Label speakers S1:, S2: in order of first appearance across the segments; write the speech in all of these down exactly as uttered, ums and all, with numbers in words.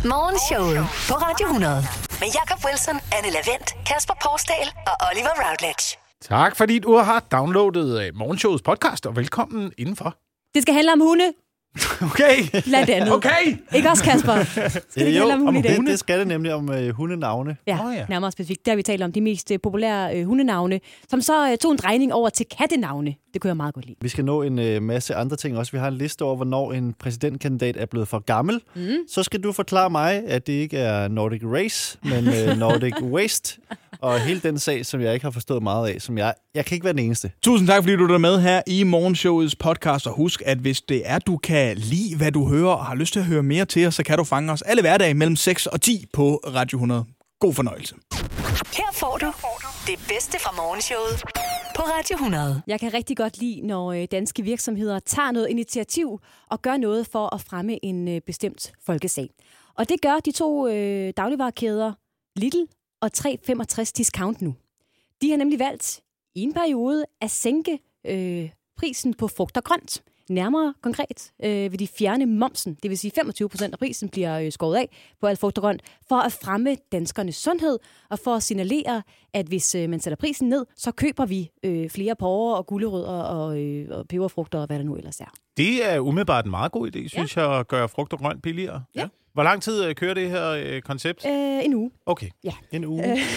S1: Morgenshowet på Radio hundrede. Med Jakob Wilson, Anne Lavent, Kasper Porsdal og Oliver Routledge.
S2: Tak fordi du har downloadet Morgenshowets podcast, og velkommen indenfor.
S3: Det skal handle om hunde.
S2: Okay.
S3: Blandt andet.
S2: Okay.
S3: Ikke også, Kasper? Skal det
S4: jo,
S3: handle om hunde i dag?
S4: Det, det skal det nemlig om øh, hundenavne.
S3: Ja,
S2: oh, ja,
S3: nærmere specifikt. Der har vi talt om de mest øh, populære øh, hundenavne, som så øh, tog en drejning over til kattenavne. Det kunne jeg meget godt lide.
S4: Vi skal nå en øh, masse andre ting også. Vi har en liste over, hvornår en præsidentkandidat er blevet for gammel. Mm. Så skal du forklare mig, at det ikke er Nordic Race, men øh, Nordic Waste. Og hele den sag, som jeg ikke har forstået meget af, som jeg... Jeg kan ikke være den eneste.
S5: Tusind tak, fordi du er med her i Morgenshowets podcast. Og husk, at hvis det er, du kan lide, hvad du hører, og har lyst til at høre mere til os, så kan du fange os alle hverdage mellem seks og ti på Radio hundrede. God fornøjelse.
S1: Her får du det bedste fra Morgenshowet på Radio hundrede.
S3: Jeg kan rigtig godt lide, når øh, danske virksomheder tager noget initiativ og gør noget for at fremme en øh, bestemt folkesag. Og det gør de to øh, dagligvarekæder Lidl og tre femogtres Discount nu. De har nemlig valgt i en periode at sænke øh, prisen på frugt og grønt. Nærmere konkret øh, vil de fjerne momsen, det vil sige femogtyve procent af prisen bliver øh, skåret af på alt frugt og grønt, for at fremme danskernes sundhed og for at signalere, at hvis øh, man sætter prisen ned, så køber vi øh, flere porrer og gulerødder og, øh, og peberfrugter og hvad der nu ellers er.
S2: Det er umiddelbart en meget god idé, synes ja. jeg, at gøre frugt og grønt billigere.
S3: Ja.
S2: Hvor lang tid øh, kører det her øh, koncept?
S3: Øh, en uge.
S2: Okay.
S3: Ja.
S4: En uge.
S3: Øh,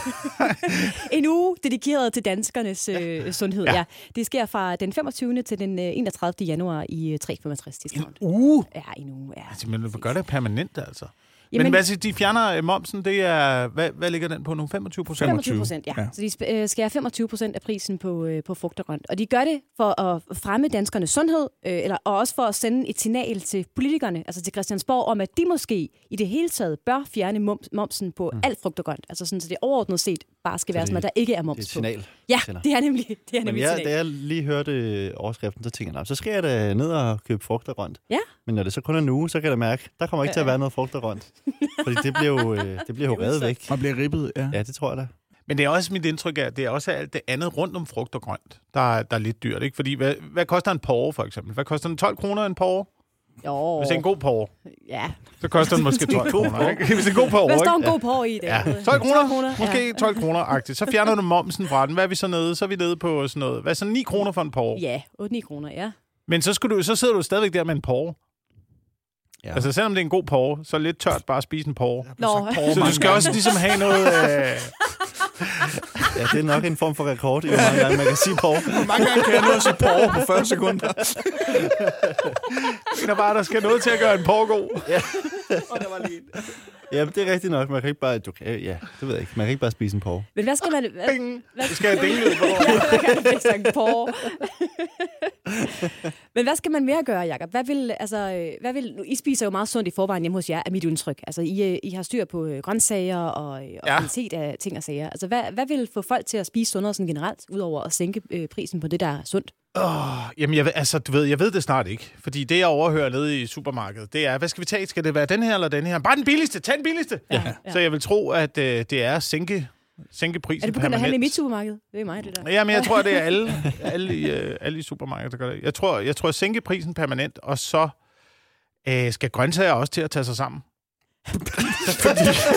S3: en uge dedikeret til danskernes øh, sundhed, ja. ja. Det sker fra den femogtyvende til den øh, enogtredivte januar i øh, tre femogtres Discount.
S2: En uge?
S3: Ja, en uge, ja.
S2: Altså, men du gør det permanent, altså.
S3: Jamen,
S2: men hvad siger de fjerner momsen, det er... Hvad, hvad ligger den på nu? femogtyve procent?
S3: femogtyve procent, ja. ja. Så de øh, skærer femogtyve procent af prisen på, øh, på frugt og grønt. Og de gør det for at fremme danskernes sundhed, øh, eller, og også for at sende et signal til politikerne, altså til Christiansborg, om at de måske i det hele taget bør fjerne moms, momsen på mm. alt frugt og grønt. Altså sådan, så det overordnet set bare skal være sådan, at der ikke er moms på.
S4: Det er et signal.
S3: På. Ja, det er nemlig, det er nemlig
S4: Men jeg,
S3: signal.
S4: da jeg lige hørte overskriften, så tænkte jeg, så skal jeg da ned og købe frugt og grønt.
S3: Ja.
S4: Men når det så kun er en uge, så kan jeg da mærke, der kommer ikke ja. til at være noget frugt og grønt. Fordi det bliver jo, det bliver jo revet væk.
S5: Man bliver ribbet, ja.
S4: Ja, det tror jeg da.
S2: Men det er også mit indtryk af, at det er også alt det andet rundt om frugt og grønt, der er, der er lidt dyrt, ikke? Fordi, hvad, hvad koster en porre, for eksempel? Hvad koster den? tolv kroner en porre?
S3: Jo.
S2: Hvis det er en god porre,
S3: ja.
S2: så koster den måske tolv kroner, ikke? Hvis det er en god porre,
S3: hvad står en
S2: ikke?
S3: god porre i det?
S2: Ja. tolv kroner,
S3: kroner
S2: måske tolv kroner-agtigt. Så fjerner du momsen fra den. Hvad er vi så nede? Så er vi nede på sådan noget. Hvad er så ni kroner for en porre?
S3: Ja, otte ni kroner, ja.
S2: Men så, skulle du, så sidder du stadigvæk der med en porre. Ja. Altså selvom det er en god porre, så er det lidt tørt bare at spise en porre.
S3: Nå.
S2: Så du skal også ligesom have noget... Øh...
S4: Ja, det er nok en form for rekord, i hvor mange gange man kan sige porre.
S5: Hvor mange gange kan jeg nå at sige porre på fyrre sekunder?
S2: Det er bare, der skal noget til at gøre en porre god.
S4: Ja.
S5: Og der var lige...
S4: Ja, det er rigtigt nok. Man kan ikke bare... Du kan, ja, det ved jeg ikke. Man kan ikke bare spise en porre.
S3: Men hvad skal man... Hvad,
S2: hvad, det skal jeg dingle ud på.
S3: Ja, en porre. Men hvad skal man mere gøre, Jakob? Hvad vil, altså, hvad vil, I spiser jo meget sundt i forvejen hjemme hos jer, er mit indtryk. Altså, I, I har styr på grøntsager og, og ja. kvalitet af ting og sager. Altså, hvad, hvad vil få folk til at spise sundere sådan generelt, udover at sænke øh, prisen på det, der er sundt?
S2: Oh, jamen, jeg ved, altså, du ved, jeg ved det snart ikke. Fordi det, jeg overhører nede i supermarkedet, det er, hvad skal vi tage? Skal det være den her eller den her? Bare den billigste! Tag den billigste! Ja, ja. Så jeg vil tro, at øh, det er at sænke, sænke prisen permanent.
S3: Er det begyndt at handle i mit supermarked? Det er mig, det der.
S2: Ja, men jeg tror, det er alle, alle, i, øh, alle i supermarkedet, der gør det. Jeg tror, jeg tror at sænke prisen permanent, og så øh, skal grøntsager også til at tage sig sammen. Fordi...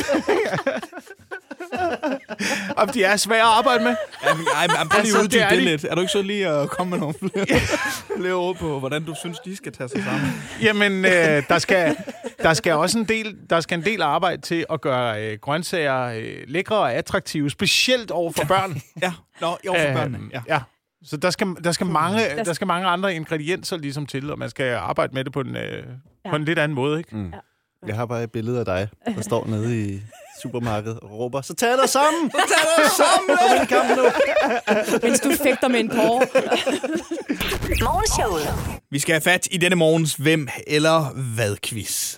S2: Om de er svære at arbejde med.
S5: Jamen, ej, men prøv lige at uddybe det lidt. Er du ikke så lige at komme med nogle flere, flere ord på, hvordan du synes, de skal tage sig sammen?
S2: Jamen, øh, der, skal, der skal også en del, der skal en del arbejde til at gøre øh, grøntsager øh, lækre og attraktive, specielt over for børn.
S5: Ja, Nå, over for børnene. Ja.
S2: ja. Så der skal, der, skal mange, der skal mange andre ingredienser ligesom til, og man skal arbejde med det på en, øh, ja. på en lidt anden måde, ikke?
S4: Mm. Ja. Jeg har bare et billede af dig, der står nede i supermarkedet og råber, så tag dig sammen!
S5: Så tag dig sammen!
S4: Kom ind i kampen nu!
S3: Mens du fægter med en porre.
S1: Morgenshowet.
S5: Vi skal have fat i denne morgens hvem eller hvad quiz.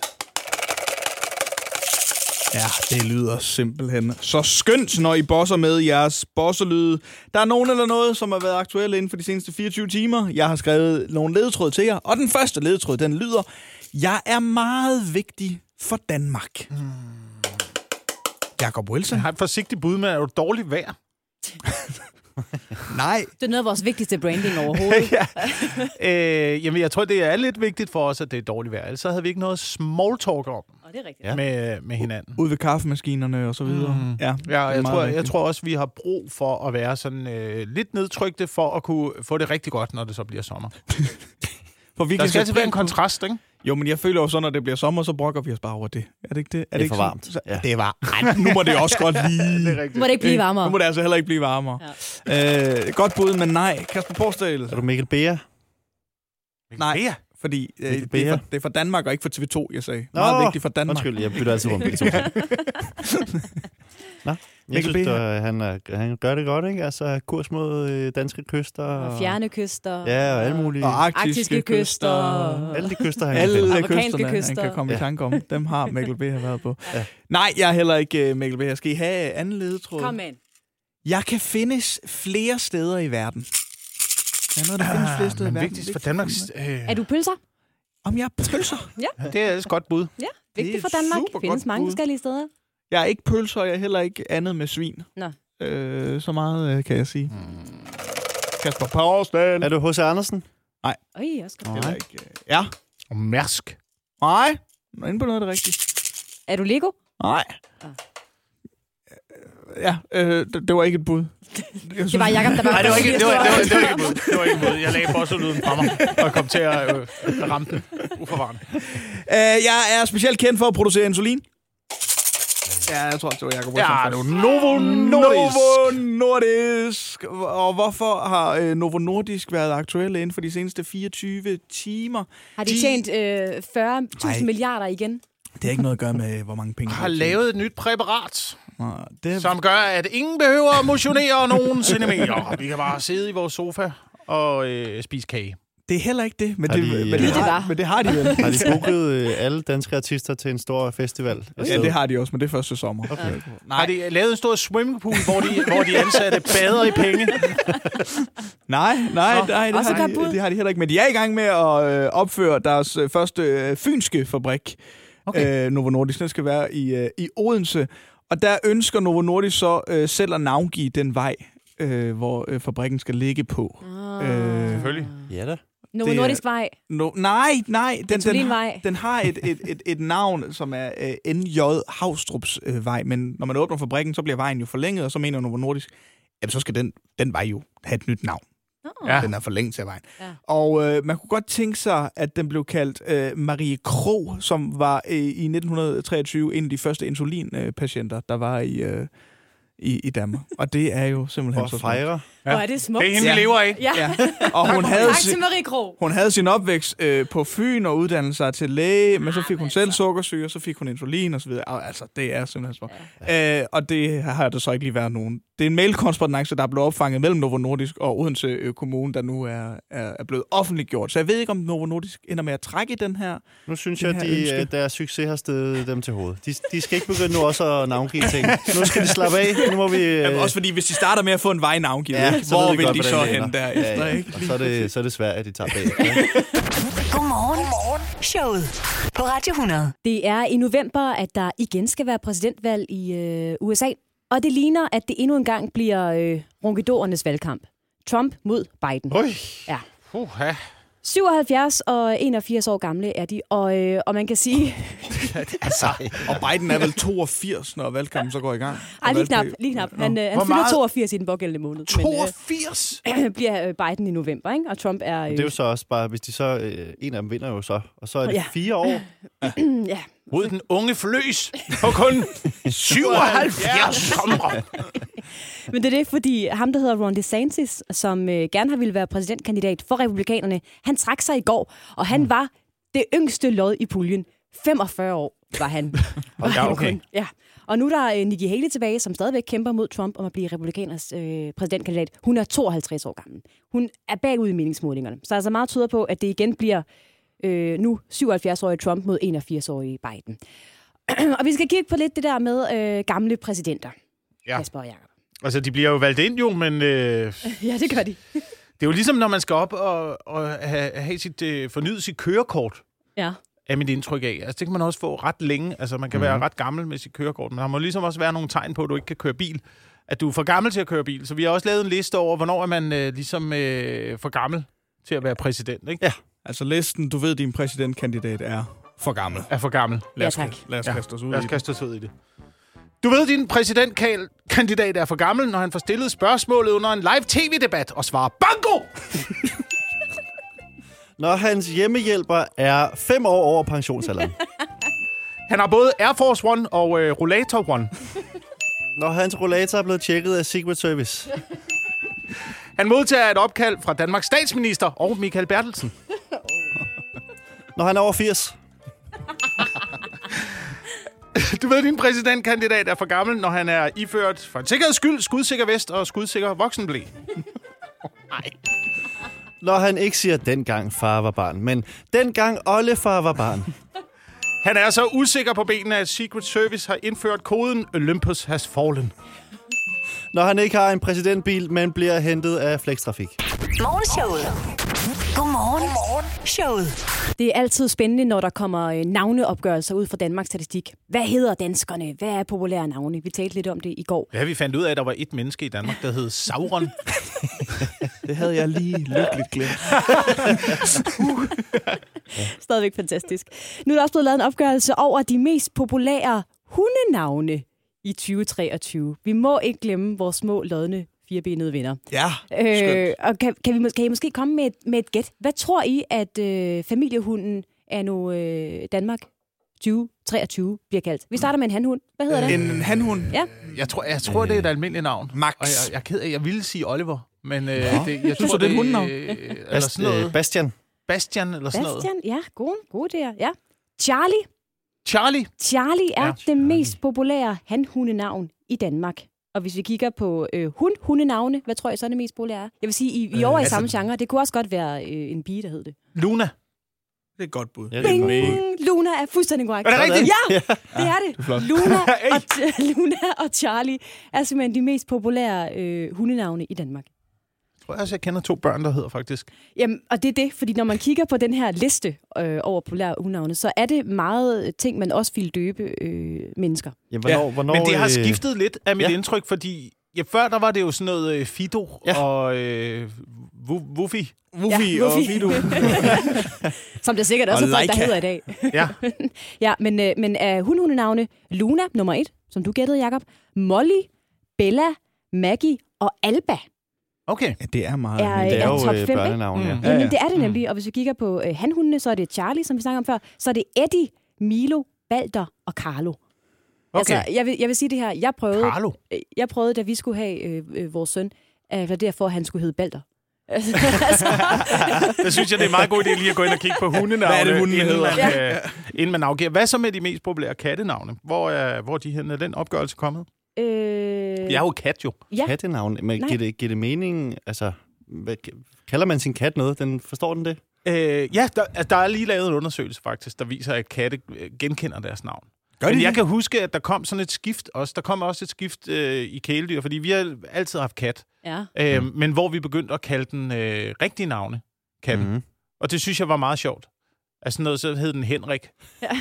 S5: Ja, det lyder simpelthen så skønt, når I bosser med jeres bosserlyde. Der er nogen eller noget, som har været aktuelle inden for de seneste fireogtyve timer. Jeg har skrevet nogle ledetråd til jer, og den første ledetråd, den lyder: jeg er meget vigtig for Danmark. Hmm. Jakob Wilson.
S2: Jeg har et forsigtigt bud med, at det er dårligt vejr.
S5: Nej.
S3: Det er noget af vores vigtigste branding overhovedet.
S2: ja. øh, jamen, jeg tror, det er lidt vigtigt for os, at det er dårligt vejr. Ellers havde vi ikke noget small talk om
S3: Og det er rigtigt.
S2: ja. med, med hinanden.
S5: Ude ved kaffemaskinerne og så videre.
S2: Mm.
S5: Ja,
S2: Ja, jeg tror, jeg
S5: rigtigt.
S2: tror også, vi har brug for at være sådan øh, lidt nedtrykte for at kunne få det rigtig godt, når det så bliver sommer.
S5: For vi
S2: Der
S5: kan
S2: skal altid være en
S5: på-
S2: kontrast, ikke?
S5: Jo, men jeg føler jo så, når det bliver sommer, så brokker vi os bare over det. Er det ikke det? Er
S4: Det er
S5: ikke
S4: for
S5: sådan?
S4: varmt.
S5: Så,
S4: Ja.
S5: Det er varmt. Ej, nu må det også godt lige...
S2: Det er rigtigt.
S3: Må det ikke blive varmere?
S5: Nu må det altså heller ikke blive varmere. Ja. Øh, godt bud, men nej. Kasper Porsdal.
S4: Er du Mikkel Beer?
S5: Nej,
S2: Mere?
S5: fordi øh,
S4: Mikkel
S5: det, er
S4: Beer?
S5: for, det er for Danmark og ikke for T V to, jeg sagde.
S4: Nå,
S5: Meget vigtigt for Danmark.
S4: Undskyld, jeg bytter altid rundt begge to. Nå, jeg
S5: Mikkel
S4: synes,
S5: Beer.
S4: at han, er, han gør det godt, ikke? Altså, kurs mod øh, danske kyster.
S3: Og fjerne kyster.
S4: Ja, og alle mulige.
S5: Og arktiske,
S3: Arktiske kyster.
S4: Alle de kyster, han kan
S5: Alle
S4: finde.
S3: Amerikanske
S5: kysterne,
S3: kyster.
S5: han kan komme i
S4: Ja.
S5: tanke om. Dem har Mikkel Beer været på.
S4: Ja.
S5: Nej, jeg er heller ikke uh, Mikkel Beer. Skal I have anden ledetråd?
S3: Kom med.
S5: Jeg kan findes flere steder i verden. Der er noget, der findes flere steder i
S2: Men
S5: verden.
S2: vigtigst for Danmarks... Øh,
S3: Er du pølser?
S5: Om jeg er pølser?
S2: det er et godt bud.
S3: Ja,
S5: Det er
S3: vigtigt for
S5: et
S3: Danmark.
S5: supergodt
S3: Findes mange
S5: bud.
S3: forskellige steder.
S5: Jeg er ikke pølser, jeg er heller ikke andet med svin.
S3: Nå.
S5: Øh, så meget øh, kan jeg sige. Mm. Kasper Porsdal.
S4: Er du H C Andersen?
S3: Øj, også godt.
S5: Heller ikke. øh, Ja.
S2: Og Mærsk.
S5: Nej. Nu er inde på noget af det rigtige.
S3: Er du Lego?
S5: Nej.
S3: Ah.
S5: Ja, øh, det, det var ikke et bud.
S3: Det var Jacob, der var...
S2: Nej, det var ikke, det var, det var, det var ikke et bud. Det var ikke et bud. Jeg lagde bosselyden fra mig og kom til at øh, ramme den uforvarende.
S5: Øh, jeg er specielt kendt for at producere insulin. Ja, jeg tror, det var Jacob.
S2: Ja, du Novo Nordisk.
S5: Novo Nordisk. Og hvorfor har øh, Novo Nordisk været aktuelle inden for de seneste fireogtyve timer?
S3: Har de tjent øh, fyrre tusind
S5: Nej.
S3: milliarder igen?
S5: Det har ikke noget at gøre med, hvor mange penge
S2: Har lavet et nyt præparat,
S5: Nå, det er...
S2: som gør, at ingen behøver at motionere nogen centimeter. Vi kan bare sidde i vores sofa og øh, spise kage.
S5: Det er heller ikke det, men,
S4: Har
S5: det,
S4: de,
S5: men,
S4: øh,
S5: det,
S3: Det
S5: har,
S3: var.
S5: men det har de vel.
S4: Har de booket øh, alle danske artister til en stor festival?
S5: Ja, det har de også, men det er første sommer. Okay.
S2: Har de lavet en stor swimmingpool, hvor de, hvor de ansatte bader i penge?
S5: Nej, nej, nej det,
S3: også
S5: har
S3: godt bud.
S5: de, det har de heller ikke. Men de er i gang med at øh, opføre deres øh, første øh, fynske fabrik. Okay. Øh, Novo Nordisk. Den skal være i, øh, i Odense. Og der ønsker Novo Nordisk så øh, selv at navngive den vej, øh, hvor øh, fabrikken skal ligge på.
S3: Ah.
S5: Øh,
S2: Selvfølgelig.
S4: Ja da.
S3: Novo
S5: det er-
S3: Nordisk Vej.
S5: No, nej, nej. Den, den,
S3: Insulinvej.
S5: den har et, et, et, et navn, som er øh, N J Havstrups øh, vej. Men når man åbner fabrikken, så bliver vejen jo forlænget, og så mener Novo Nordisk, jamen så skal den, den vej jo have et nyt navn.
S3: Oh.
S2: Ja.
S5: Den er forlænget af vejen.
S3: Ja.
S5: Og øh, man kunne godt tænke sig, at den blev kaldt øh, Marie Krog, som var øh, i nitten treogtyve en af de første insulinpatienter, der var i, øh, i, i Danmark. Og det er jo simpelthen
S4: For
S5: så
S4: at
S5: smukt.
S4: fejre.
S3: Hvor er det smukt.
S2: Det er hende, vi
S5: Ja.
S2: lever af.
S3: Ja.
S5: Ja. Og hun havde,
S3: Tak
S5: si-
S3: til Marie Krog.
S5: hun havde sin opvækst øh, på Fyn og uddannede sig til læge, men så fik hun selv sukkersyge, og så fik hun insulin og så videre. Og, altså, det er simpelthen smukt. Ja. Øh, og det har der så ikke lige været nogen. Det er en mailkorrespondance, der er blevet opfanget mellem Novo Nordisk og Odense øh, Kommune, der nu er, er, er blevet offentliggjort. Så jeg ved ikke, om Novo Nordisk ender med at trække den her.
S4: Nu synes
S5: Det
S4: jeg,
S5: her
S4: at de,
S5: ønske.
S4: øh, deres succes har stedet dem til hovedet. De, de skal ikke begynde nu også at navngive ting. Nu skal de slappe af. Nu må vi... Øh,
S5: Ja, også fordi, hvis de starter med at få en vej navngivet,
S4: ja,
S5: ja,
S4: så
S5: hvor
S4: ved vi
S5: vil
S4: godt,
S5: de
S4: hvordan
S5: så
S4: det
S5: hen
S4: ender.
S5: derefter?
S4: Ja, ja.
S5: Ikke?
S4: Og så er det, så er det svært, at de tager bag. Ja.
S1: Godmorgen. Godmorgen. Showet på Radio hundrede.
S3: Det er i november, at der igen skal være præsidentvalg i øh, U S A. Og det ligner, at det endnu en gang bliver øh, ronkedorernes valgkamp. Trump mod Biden.
S2: Ui.
S3: Ja.
S2: Uha.
S3: syvoghalvfjerds og enogfirs år gamle er de, og, øh, og man kan sige...
S5: Altså, og Biden er vel toogfirs, når valgkampen så går i gang?
S3: Ej, lige
S5: Og
S3: knap,
S5: valgperiode.
S3: lige knap. Han, øh, han
S2: Hvor
S3: fylder
S2: meget?
S3: toogfirs i den pågældende måned.
S2: toogfirs?
S3: Men øh, bliver øh, Biden i november, ikke? Og Trump er... Øh,
S4: Det er jo så også bare, hvis de så... Øh, en af dem vinder jo så. Og så er det
S3: Ja.
S4: fire år.
S3: ja.
S2: Mod den unge fløs på kun syvoghalvfjerds somre.
S3: Men det er det, fordi ham, der hedder Ron DeSantis, som øh, gerne har ville være præsidentkandidat for republikanerne, han trak sig i går, og han mm. var det yngste lod i puljen. femogfyrre år var han. Var
S2: Ja,
S3: han
S2: okay.
S3: kun. Ja. Og nu er der øh, Nikki Haley tilbage, som stadigvæk kæmper mod Trump om at blive republikaners øh, præsidentkandidat. Hun er tooghalvtreds år gammel. Hun er bagud i meningsmålingerne. Så altså meget tyder på, at det igen bliver øh, nu syvoghalvfjerds-årige Trump mod enogfirs-årige Biden. Og vi skal kigge på lidt det der med øh, gamle præsidenter.
S2: Ja.
S3: Kasper og Jacob.
S2: Altså, de bliver jo valgt ind jo, men øh,
S3: Ja, det gør de.
S2: det er jo ligesom, når man skal op og, og have, have sit, øh, fornyet sit kørekort,
S3: Ja.
S2: er mit indtryk af. Altså, det kan man også få ret længe. Altså, man kan mm. være ret gammel med sit kørekort, men der må ligesom også være nogle tegn på, at du ikke kan køre bil. at du er for gammel til at køre bil. Så vi har også lavet en liste over, hvornår er man øh, ligesom øh, for gammel til at være præsident, ikke?
S5: Ja. Altså listen, du ved, din præsidentkandidat er for gammel.
S2: Er for gammel.
S5: Lad os,
S3: Ja, tak.
S5: lad os
S2: Ja.
S5: kaste os ud
S2: Lad
S5: i
S2: os
S5: det.
S2: kaste os ud i det. Du ved, din præsidentkandidat er for gammel, når han får stillet spørgsmålet under en live tv-debat og svarer bango!
S4: Når hans hjemmehjælper er fem år over pensionsalderen.
S2: Han har både Air Force One og øh, Rollator One.
S4: Når hans rollator er blevet tjekket af Secret Service.
S2: Han modtager et opkald fra Danmarks statsminister og Michael Bertelsen.
S4: Når han er over firs.
S2: Du ved, din præsidentkandidat er for gammel, når han er iført for en sikkerheds skyld skudsikker vest og skudsikker voksenblæ.
S4: Når han ikke siger, dengang far var barn, men dengang oldefar var barn.
S2: Han er så usikker på benene, at Secret Service har indført koden Olympus has fallen.
S4: Når han ikke har en præsidentbil, men bliver hentet af flextrafik.
S1: Morgenshowet. Godmorgen. Godmorgen. Showet.
S3: Det er altid spændende, når der kommer øh, navneopgørelser ud fra Danmarks Statistik. Hvad hedder danskerne? Hvad er populære navne? Vi talte lidt om det i går.
S2: Ja, vi fandt ud af, at der var et menneske i Danmark, der hed Sauron.
S5: Det havde jeg lige lykkeligt glemt.
S3: Stadigvæk fantastisk. Nu er der også blevet lavet en opgørelse over de mest populære hundenavne i tyve treogtyve. Vi må ikke glemme vores små, lodne, firebenede venner.
S5: Ja,
S3: Øh, og kan, kan, vi, mås- kan I måske komme med et, med et gæt? Hvad tror I, at øh, familiehunden er nu øh, Danmark tyve treogtyve bliver kaldt? Vi starter med en hanhund. Hvad hedder øh, den?
S5: En hanhund.
S3: Ja.
S2: Jeg tror, jeg tror det er et almindeligt navn.
S5: Max.
S2: Og jeg, jeg er ked af, jeg ville sige Oliver, men øh, det, jeg
S5: Synes
S2: tror,
S5: du, det er et hundenavn?
S2: Øh, eller sådan noget.
S4: Øh, Bastian.
S2: Bastian eller sådan noget.
S3: Bastian, ja, gode, gode der. Ja. Charlie.
S2: Charlie.
S3: Charlie er
S2: Ja.
S3: ja, det mest populære hanhundenavn i Danmark. Og hvis vi kigger på øh, hund-hundenavne, hvad tror jeg så er det mest populære? Jeg vil sige, I, I er over
S2: Øh,
S3: i
S2: altså-
S3: samme genre. Det kunne også godt være øh, en pige, der hed det.
S2: Luna.
S5: Det er et godt bud.
S4: Ja,
S3: Bing!
S4: det er
S3: Luna er fuldstændig korrekt.
S2: Er det rigtigt?
S3: Ja, det er det.
S5: flot.
S3: Luna, og, Luna og Charlie er simpelthen de mest populære øh, hundenavne i Danmark.
S2: Jeg tror også, jeg kender to børn, der hedder faktisk.
S3: Jamen, og det er det, fordi når man kigger på den her liste øh, over populære hundenavne, så er det meget ting, man også vil døbe øh, mennesker.
S4: Ja, hvornår,
S5: Ja,
S4: hvornår,
S2: Men det har
S4: øh,
S2: skiftet lidt af mit
S4: ja.
S2: indtryk, fordi ja, før der var det jo sådan noget øh, Fido
S4: Ja.
S2: og øh, Wu- Wuffy.
S5: Wuffy
S3: Ja,
S5: og
S3: Wuffy.
S5: Fido.
S3: Som der sikkert også
S5: Og
S3: er folk, der
S5: Laika.
S3: hedder i dag.
S2: Ja.
S3: Ja, men, øh, men uh, hundehundenavne, Luna, nummer et, som du gættede, Jacob, Molly, Bella, Maggie og Alba
S2: Okay.
S5: Ja, det er meget.
S3: er,
S5: men
S4: Det er
S3: er
S4: jo
S3: top
S4: øh,
S3: fem, ikke?
S4: børnenavn, ja.
S2: Mm.
S3: Jamen,
S5: ja.
S3: det er det nemlig, og hvis vi kigger på uh, hanhundene, så er det Charlie, som vi snakkede om før, så er det Eddie, Milo, Balder og Carlo.
S2: Okay.
S3: Altså, jeg vil, jeg vil sige det her, jeg prøvede,
S2: Carlo.
S3: øh, jeg prøvede, da vi skulle have øh, øh, vores søn, øh, var derfor, at han skulle hedde Balder. altså,
S2: Der synes jeg, det er en meget god idé lige at gå ind og kigge på hundenavne,
S5: Hvad er det, hundene
S2: inden, man,
S5: hedder?
S2: øh, inden man afgiver. Hvad så med de mest populære kattenavne? Hvor er, hvor er de henne? Er den opgørelse kommet?
S3: øh,
S2: Jeg er jo kat, jo.
S3: ja,
S4: Kattenavn. Men
S3: Nej.
S4: giver det, giver det mening? Altså, hvad, kalder man sin kat noget? Den, forstår den det?
S2: Øh, ja, der, altså, der er lige lavet en undersøgelse faktisk, der viser, at katte øh, genkender deres navn.
S5: Gør
S2: Men
S5: de
S2: jeg
S5: det?
S2: kan huske, at der kom sådan et skift også. Der kom også et skift øh, i kæledyr, fordi vi har altid haft kat.
S3: ja.
S2: Øh, mm. Men hvor vi begyndte at kalde den øh, rigtige navne, katten. Mm.
S4: Mm-hmm.
S2: Og det synes jeg var meget sjovt. Altså noget, så hed den Henrik.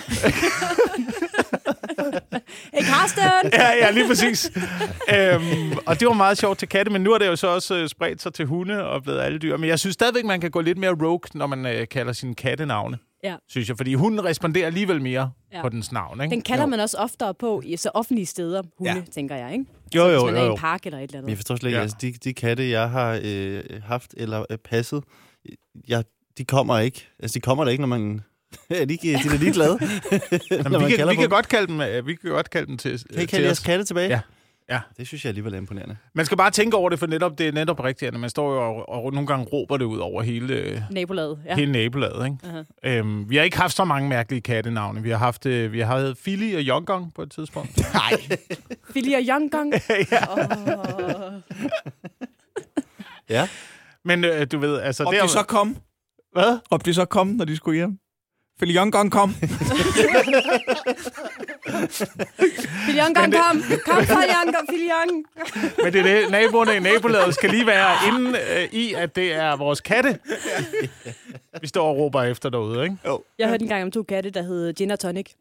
S3: Hey, Karsten!
S2: Ja, ja, lige præcis. øhm, og det var meget sjovt til katte, men nu er det jo så også øh, spredt sig til hunde og blevet alle dyr. Men jeg synes stadigvæk, man kan gå lidt mere rogue, når man øh, kalder sine kattenavne.
S3: Ja.
S2: Synes jeg, fordi hunden responderer alligevel mere
S3: Ja.
S2: på dens navn, ikke?
S3: Den kalder man også oftere på i så offentlige steder, hunde,
S5: Ja.
S3: tænker jeg, ikke?
S4: Jo,
S3: Altså,
S4: jo,
S3: hvis man er
S4: jo,
S3: i
S4: jo.
S3: en park eller et eller
S4: Men jeg
S3: andet.
S4: forstår slet ikke,
S2: Ja.
S4: altså de, de katte, jeg har øh, haft eller øh, passet, jeg, de kommer ikke. Altså, de kommer der ikke, når man... er de, ikke, de er ligeglade.
S2: Jamen, vi, kan, vi, kan godt kalde dem, øh, vi kan godt kalde dem til,
S4: Kan I
S2: til
S4: kalde jeres
S2: os.
S4: katte tilbage?
S2: Ja. Ja.
S4: Det synes jeg alligevel er imponerende.
S2: Man skal bare tænke over det, for netop, det er netop rigtigt, at man står jo og, og nogle gange råber det ud over hele, øh,
S3: Nabolaget, ja.
S2: hele nabolaget. Ikke?
S3: Uh-huh.
S2: Øhm, vi har ikke haft så mange mærkelige kattenavne. Vi har haft, øh, vi har haft Philly og Yongong på et tidspunkt.
S5: Nej.
S3: Philly og Yongong.
S2: ja.
S3: Oh.
S4: Ja.
S2: Men øh, du ved, altså...
S5: Og
S2: der,
S5: de så kom.
S2: Hvad?
S5: Og de så kom, når de skulle hjem. Phil Young kom.
S3: Philly Yongong, kom! Kom, Philly Yongong, Philly Yong!
S2: Men det er det, naboerne i nabolaget skal lige være inde øh, i, at det er vores katte. Vi står og råber efter derude, ikke?
S5: Jo.
S3: Jeg hørte engang om to katte, der hed Gin og Tonic.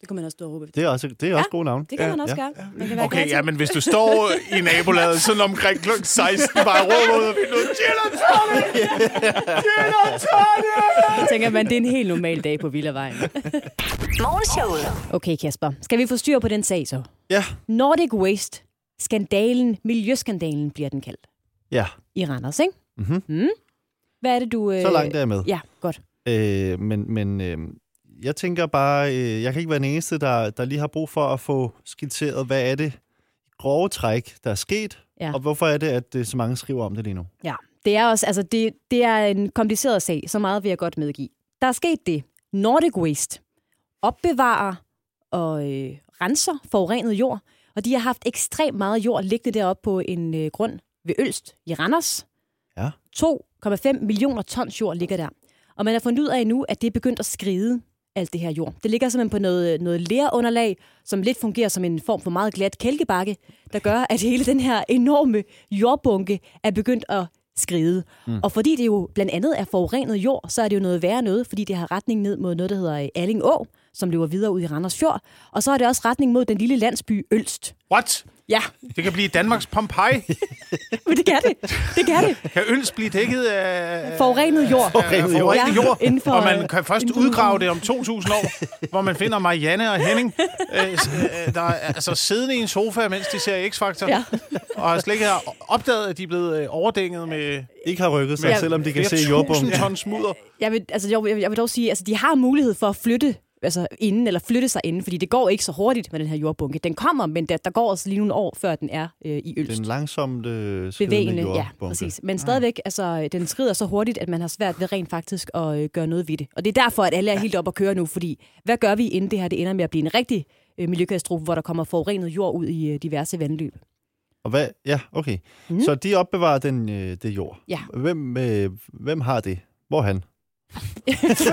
S3: Det kan man også stå og råbe.
S4: Det er også, det er også
S3: Ja,
S4: gode navne.
S3: Det kan man også
S4: Ja.
S3: gøre. Man kan være
S2: Okay,
S3: kreativ.
S2: ja, men hvis du står i nabolaget sådan omkring klokken seksten, bare råber ud og finder ud, Jill og Tony! Jill og Tony!
S3: Jeg tænker, man, det er en helt normal dag på Villavejen.
S1: Morgenshowet.
S3: Okay, Kasper. Skal vi få styr på den sag så?
S4: Ja.
S3: Nordic Waste. Skandalen, miljøskandalen bliver den kaldt.
S4: Ja.
S3: I Randers, ikke?
S4: Mm-hmm.
S3: Mm. Hvad er det, du... Øh...
S4: Så langt er jeg med.
S3: Ja, godt.
S4: Øh, men men øh, jeg tænker bare, øh, jeg kan ikke være den eneste, der, der lige har brug for at få skitseret, hvad er det grove træk, der er sket,
S3: Ja.
S4: og hvorfor er det, at øh, så mange skriver om det lige nu?
S3: Ja, det er også, altså det, det er en kompliceret sag, så meget vil jeg godt medgive. Der er sket det. Nordic Waste opbevarer og øh, renser forurenet jord, og de har haft ekstremt meget jord liggende deroppe på en øh, grund ved Ølst i Randers.
S4: Ja.
S3: to komma fem millioner tons jord ligger der. Og man har fundet ud af nu, at det er begyndt at skride, alt det her jord. Det ligger simpelthen på noget, noget lerunderlag, som lidt fungerer som en form for meget glat kælkebakke, der gør, at hele den her enorme jordbunke er begyndt at skride. Mm. Og fordi det jo blandt andet er forurenet jord, så er det jo noget værre noget, fordi det har retning ned mod noget, der hedder Alling Å, som løber videre ud i Randers Fjord. Og så er det også retning mod den lille landsby Ølst.
S2: What?
S3: Ja,
S2: Det kan blive Danmarks Pompeji.
S3: men det kan det. Det kan det.
S2: Kan Ølst blive dækket af...
S3: Forurenet jord.
S2: Forurenet jord.
S3: Ja,
S2: jord.
S3: inden for-
S2: og man kan først
S3: inden for
S2: udgrave
S3: nogle
S2: det om to tusind år, hvor man finder Marianne og Henning, øh, s- øh, der er altså siddende i en sofa, mens de ser X-Factor,
S3: Ja.
S2: og har slet ikke opdaget, at de er blevet øh, overdænget med
S4: Ikke har rykket sig,
S3: Ja.
S4: selvom de kan
S2: flere
S4: se jordbunken.
S2: tusind ton smudder.
S3: Jeg vil, altså, jeg, vil- jeg vil dog sige, altså, de har mulighed for at flytte altså inden, eller flytte sig inden, fordi det går ikke så hurtigt med den her jordbunke. Den kommer, men der, der går også lige nogle år, før den er øh, i Ølst.
S4: Den langsomt øh, skridende
S3: Bevægende, ja,
S4: jordbunke.
S3: præcis. Men stadigvæk, altså, den skrider så hurtigt, at man har svært ved rent faktisk at øh, gøre noget ved det. Og det er derfor, at alle er helt op at køre nu, fordi hvad gør vi, inden det her det ender med at blive en rigtig øh, miljøkatastrofe, hvor der kommer forurenet jord ud i øh, diverse vandløb?
S4: Og hvad? Ja, okay. Mm. Så de opbevarer den, øh, det jord.
S3: Ja.
S4: Hvem, øh, hvem har det? Hvor er han?
S2: Ja,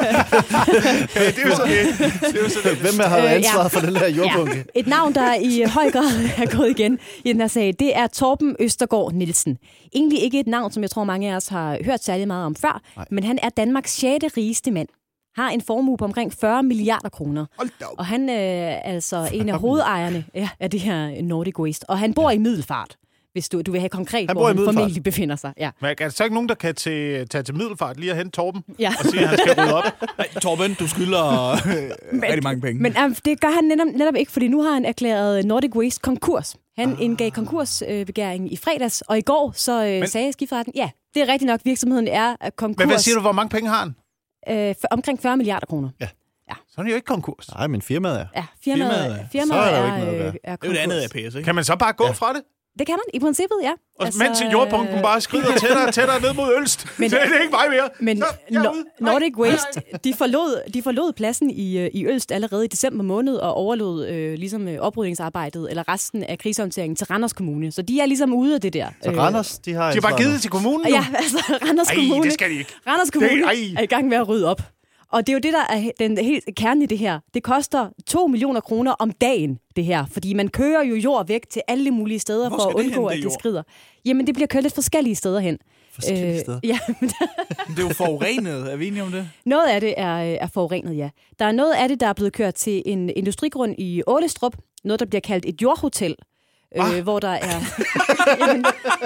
S2: det er jo så det. Det er jo så det.
S4: Hvem har
S3: Øh, ja.
S4: ansvaret for den her jordbunke?
S3: Ja. Et navn, der i høj grad er gået igen i den her sag, det er Torben Østergaard Nielsen. Egentlig ikke et navn, som jeg tror, mange af os har hørt særlig meget om før,
S4: Nej.
S3: men han er Danmarks sjette rigeste mand. Har en formue på omkring fyrre milliarder kroner.
S2: Hold da op.
S3: Og han øh, er altså en af hovedejerne ja, af det her Nordic Waste. Og han bor ja. i Middelfart, hvis du, du vil have konkret,
S4: Han
S3: hvor
S4: bor i
S3: han
S4: Middelfart.
S3: formentlig befinder sig. Ja.
S2: Men er der så ikke nogen, der kan til, tage til Middelfart lige og hente Torben
S3: Ja.
S2: og sige, at han skal rydde op?
S5: Nej, Torben, du skylder øh, rigtig mange penge.
S3: Men øh, det gør han netop, netop ikke, fordi nu har han erklæret Nordic Waste konkurs. Han ah. indgav konkursbegæring øh, i fredags, og i går så øh,
S2: Men-
S3: sagde skifteretten, ja, det er rigtigt nok, virksomheden er øh, konkurs.
S2: Men hvad siger du, hvor mange penge har han?
S3: Øh, for, omkring fyrre milliarder kroner.
S2: Så er han jo ikke konkurs.
S4: Nej, men firmaet er.
S3: Ja, firmaet,
S5: Firmaet er-
S3: firmaet,
S4: så er der jo
S3: er,
S4: ikke noget at
S3: øh,
S4: gøre.
S3: er
S5: Det er jo det andet
S3: konkurs.
S5: af P S, ikke?
S2: Kan man så bare gå ja. fra det?
S3: Det kan man, i princippet, ja.
S2: Og altså, mens jordbunken bare skrider tættere og tættere ned mod Ølst.
S3: Men-
S2: Så er det ikke mig mere.
S3: Men
S2: så, jeg er
S3: no-
S2: ude. Nej,
S3: Nordic
S2: nej, nej.
S3: Waste, de forlod, de forlod pladsen i, øh, i Ølst allerede i december måned og overlod øh, ligesom øh, oprydningsarbejdet eller resten af krisehåndteringen til Randers Kommune. Så de er ligesom ude af det der.
S4: Så Randers, de har
S2: De har bare
S4: ansvaret
S2: givet
S4: nu.
S2: det til kommunen nu.
S3: Ja, altså Randers
S2: Ej,
S3: Kommune.
S2: det skal de ikke.
S3: Randers Kommune
S2: ej.
S3: er i gang med at rydde op. Og det er jo det, der er den helt kernen i det her. Det koster to millioner kroner om dagen, det her. Fordi man kører jo jord væk til alle mulige steder
S5: Hvor
S3: for at
S5: skal det
S3: undgå,
S5: hen, det
S3: at det
S5: jord?
S3: skrider. Jamen, det bliver kørt lidt forskellige steder hen.
S4: Forskellige steder.
S3: Ja, men
S5: Det er jo forurenet. Er vi enige om det?
S3: noget af det er, er forurenet, ja. Der er noget af det, der er blevet kørt til en industrigrund i Ålestrup. Noget, der bliver kaldt et jordhotel.
S2: Ah.
S3: Øh, hvor der er... Jamen,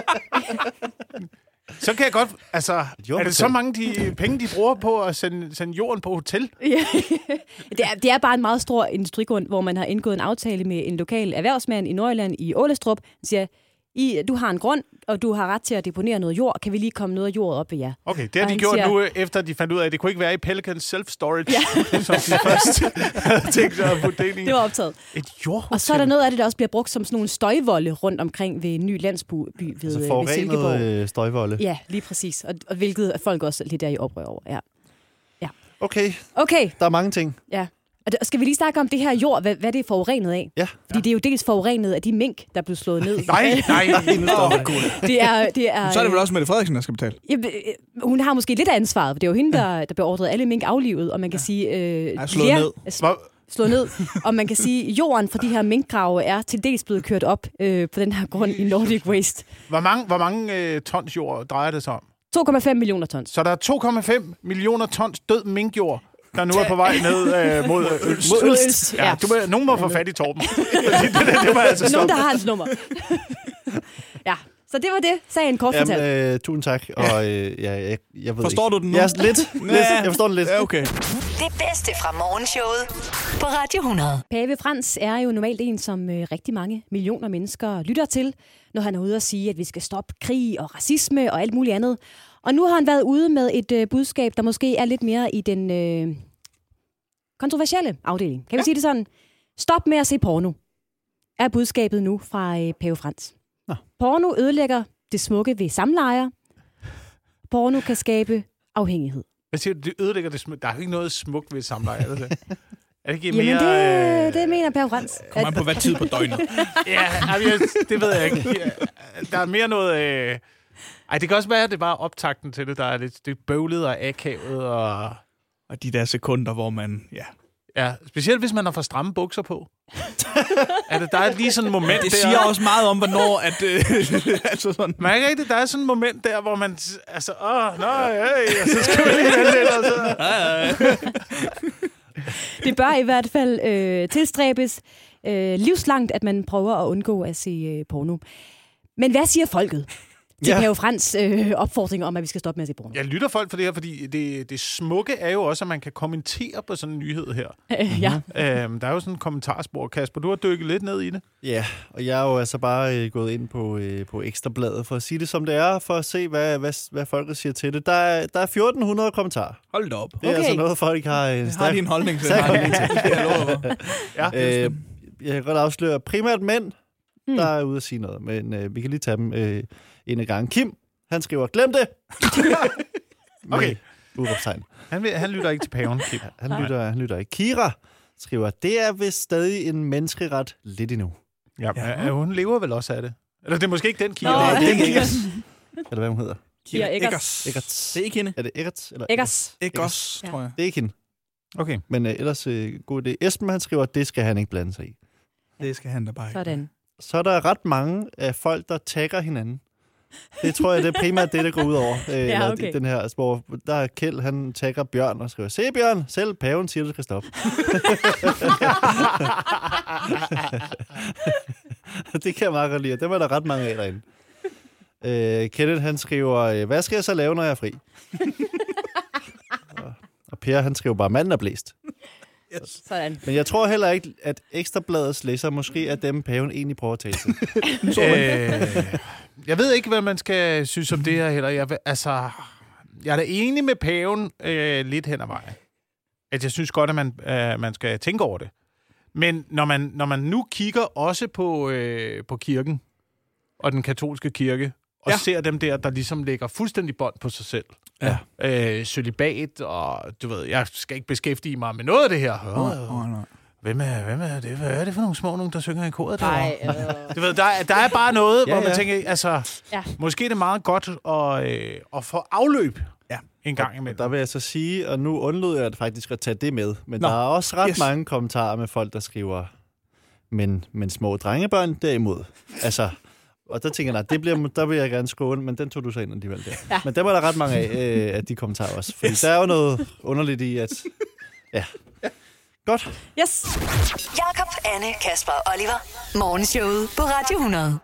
S2: Så kan jeg godt... Altså, er
S4: jordhotel.
S2: det så mange de penge, de bruger på at sende, sende jorden på hotel?
S3: ja. det, er, det er bare en meget stor industrigrund, hvor man har indgået en aftale med en lokal erhvervsmand i Nordjylland i Ålestrup. Han siger, I, du har en grund, og du har ret til at deponere noget jord. Kan vi lige komme noget af jordet op ved jer?
S2: Okay, det har
S3: Og
S2: de
S3: han
S2: gjort
S3: siger-
S2: nu, efter de fandt ud af, at det kunne ikke være i Pelican Self-Storage, ja. som de først havde tænkt sig at putte det ind i.
S3: Det var optaget.
S2: Et jordhotel.
S3: Og så er der noget af det, der også bliver brugt som sådan nogle støjvolde rundt omkring ved en ny landsby ved,
S4: Altså
S3: ved Silkeborg.
S4: forurenet øh, støjvolde.
S3: Ja, lige præcis. Og, og hvilket er folk også lidt der i oprør over. Ja.
S4: Okay,
S3: Okay,
S4: der er mange ting.
S3: ja. Og det- skal vi lige snakke om det her jord, hvad, hvad det er forurenet af?
S4: Ja.
S3: Fordi det er jo dels forurenet af de mink, der blev slået ned.
S2: Nej, nej.
S5: Åh, gud.
S3: Det er, det er,
S5: Så er det vel også Mette Frederiksen, der skal betale.
S3: Ja, øh, hun har måske lidt af ansvaret, for det er jo hende, der, der beordrede alle mink aflivet, og man kan sige... Øh,
S5: Ja, slået
S3: ler-
S5: ned.
S3: s-
S2: Hvor,
S3: Slået ned. Og man kan sige, at jorden fra de her minkgrave er til dels blevet kørt op øh, på den her grund i Nordic Waste.
S2: hvor mange, hvor mange øh, tons jord drejer det sig om?
S3: to komma fem millioner tons.
S2: Så der er to komma fem millioner tons død minkjord der nu er på vej ned øh, mod øh, Ølst.
S3: Mod Ølst,
S2: Ja,
S3: ja.
S2: du må, nogen må få fat i Torben. det, det, det, det må altså
S3: Nogen,
S2: stoppe.
S3: der har hans nummer. Ja, så det var det, sagde en kort fortalt.
S4: Jamen, øh, tusind tak. Og øh, ja, jeg, jeg ved
S5: Forstår
S4: ikke.
S5: du den nu?
S4: Ja, lidt. lidt. Jeg forstår den lidt.
S5: Ja, okay.
S1: Det bedste fra morgenshowet på Radio hundrede.
S3: Pave Frans er jo normalt en, som øh, rigtig mange millioner mennesker lytter til, når han er ude og sige, at vi skal stoppe krig og racisme og alt muligt andet. Og nu har han været ude med et øh, budskab, der måske er lidt mere i den øh, kontroversielle afdeling. Kan vi ja. sige det sådan? Stop med at se porno, er budskabet nu fra øh, Pave Frans.
S4: Nå.
S3: Porno ødelægger det smukke ved samlejer. Porno kan skabe afhængighed.
S2: Hvad siger du? Det ødelægger det smukke. Der er jo ikke noget smukt ved samleje, er det det? Er det ikke
S3: Jamen
S2: mere...
S3: det,
S2: øh...
S3: det mener Pave Frans.
S5: Kommer an på, hvad tid på døgnet.
S2: Ja, jeg, det ved jeg ikke. Der er mere noget... Øh... Ej, det kan også være, at det er bare optakten til det, der er lidt det er bøvlet og akavet. Og...
S5: Og de der sekunder, hvor man... Ja.
S2: Ja, specielt hvis man har for stramme bukser på. er det, der er lige sådan et moment
S5: Det
S2: der...
S5: siger også meget om, hvornår... At, øh, altså sådan.
S2: Man er ikke rigtigt, der er sådan et moment der, hvor man... Altså, åh, nej, hey, og så skal vi lige have lidt, og så...
S3: Det bør i hvert fald øh, tilstræbes øh, livslangt, at man prøver at undgå at se øh, porno. Men hvad siger folket til
S4: Ja.
S3: Pave Frans øh, opfordring om, at vi skal stoppe med at se porno?
S2: Jeg lytter folk for det her, fordi det, det smukke er jo også, at man kan kommentere på sådan en nyhed her.
S3: Øh, ja.
S2: Øhm, der er jo sådan en kommentarspor. Kasper, du har dykket lidt ned i det.
S4: Ja, og jeg er jo altså bare øh, gået ind på, øh, på Ekstrabladet for at sige det som det er, for at se, hvad, hvad, hvad folket siger til det. Der er, der er fjorten hundrede kommentarer.
S5: Hold da op.
S4: Det er
S3: Okay.
S4: altså noget, folk har en
S5: Har
S4: stærk...
S5: de en holdning til
S4: stærk
S5: det?
S4: holdning til.
S5: Det kan jeg love for.
S2: Ja,
S4: Øh, jeg kan godt afsløre primært mænd,
S3: Hmm.
S4: der er ude at sige noget, men øh, vi kan lige tage dem øh, en af gangen. Kim, han skriver, glem det!
S2: Okay.
S4: Med udråbstegn.
S2: han, vil, han lytter ikke til paven, Kim.
S4: Han lytter, han lytter ikke. Kira skriver, det er vist stadig en menneskeret lidt endnu.
S2: Ja, ja. Hun lever vel også af det. Eller det er måske ikke den Kira.
S3: Nå,
S2: det er
S4: det er
S2: den
S4: ikke
S2: Kira.
S4: Eller hvad hun hedder.
S3: Kira Eggers.
S5: Eggers.
S4: Eggers.
S5: Det er ikke hende.
S4: Er det Eggers? Eller
S3: Eggers.
S5: Eggers,
S3: Ja.
S5: tror jeg.
S4: Det er ikke hende.
S2: Okay.
S4: Men øh, ellers øh, god idé. Esben, han skriver, det skal han ikke blande sig i.
S5: Det skal han da bare ikke.
S3: Sådan.
S4: Så er der ret mange af folk, der tagger hinanden. Det tror jeg, det er primært det, der går ud over. Øh, eller
S3: okay.
S4: Den her, hvor der er Kjeld, han tagger Bjørn og skriver, se Bjørn, selv paven siger, du skal stoppe. Det kan jeg meget godt lide. Dem er der ret mange af derinde. Øh, Kenneth, han skriver, hvad skal jeg så lave, når jeg er fri? og, og Per, han skriver bare, manden er blæst.
S5: Yes.
S3: Sådan.
S4: Men jeg tror heller ikke, at Ekstrabladets læser måske er dem, paven egentlig prøver at tale til.
S2: øh, jeg ved ikke, hvad man skal synes om det her heller. Jeg, vil- altså, jeg er da enig med paven øh, lidt hen ad vejen. At jeg synes godt, at man, øh, man skal tænke over det. Men når man, når man nu kigger også på, øh, på kirken og den katolske kirke, og
S5: Ja.
S2: ser dem der, der ligesom lægger fuldstændig bånd på sig selv.
S5: Ja.
S2: Øh, cølibat, og du ved, jeg skal ikke beskæftige mig med noget af det her.
S5: Åh, oh, nej.
S2: Hvem er, hvem er det? Hvad er det for nogle små nogen, der synger i koret
S3: Nej,
S2: derovre?
S3: øh,
S2: Du ved, der, er- der er bare noget,
S4: Ja,
S2: hvor man
S4: ja.
S2: tænker, altså,
S3: Ja.
S2: måske er det meget godt at, øh, at få afløb
S5: Ja.
S2: en gang imellem.
S4: Der vil jeg så sige, og nu undlod jeg faktisk at tage det med, men
S5: Nå,
S4: der er også ret
S5: yes.
S4: yes. mange kommentarer med folk, der skriver, men, men små drengebørn derimod. Altså, og der tænker jeg, nej, det bliver, der vil jeg gerne skåne, men den tog du så ind alligevel der.
S3: Ja.
S4: Men der var der ret mange af, øh, af de kommentarer også. Fordi yes. der er jo noget underligt i, at... Ja. Godt.
S3: yes.
S1: Jakob, Anne, Kasper og Oliver. Morgenshowet på Radio hundrede.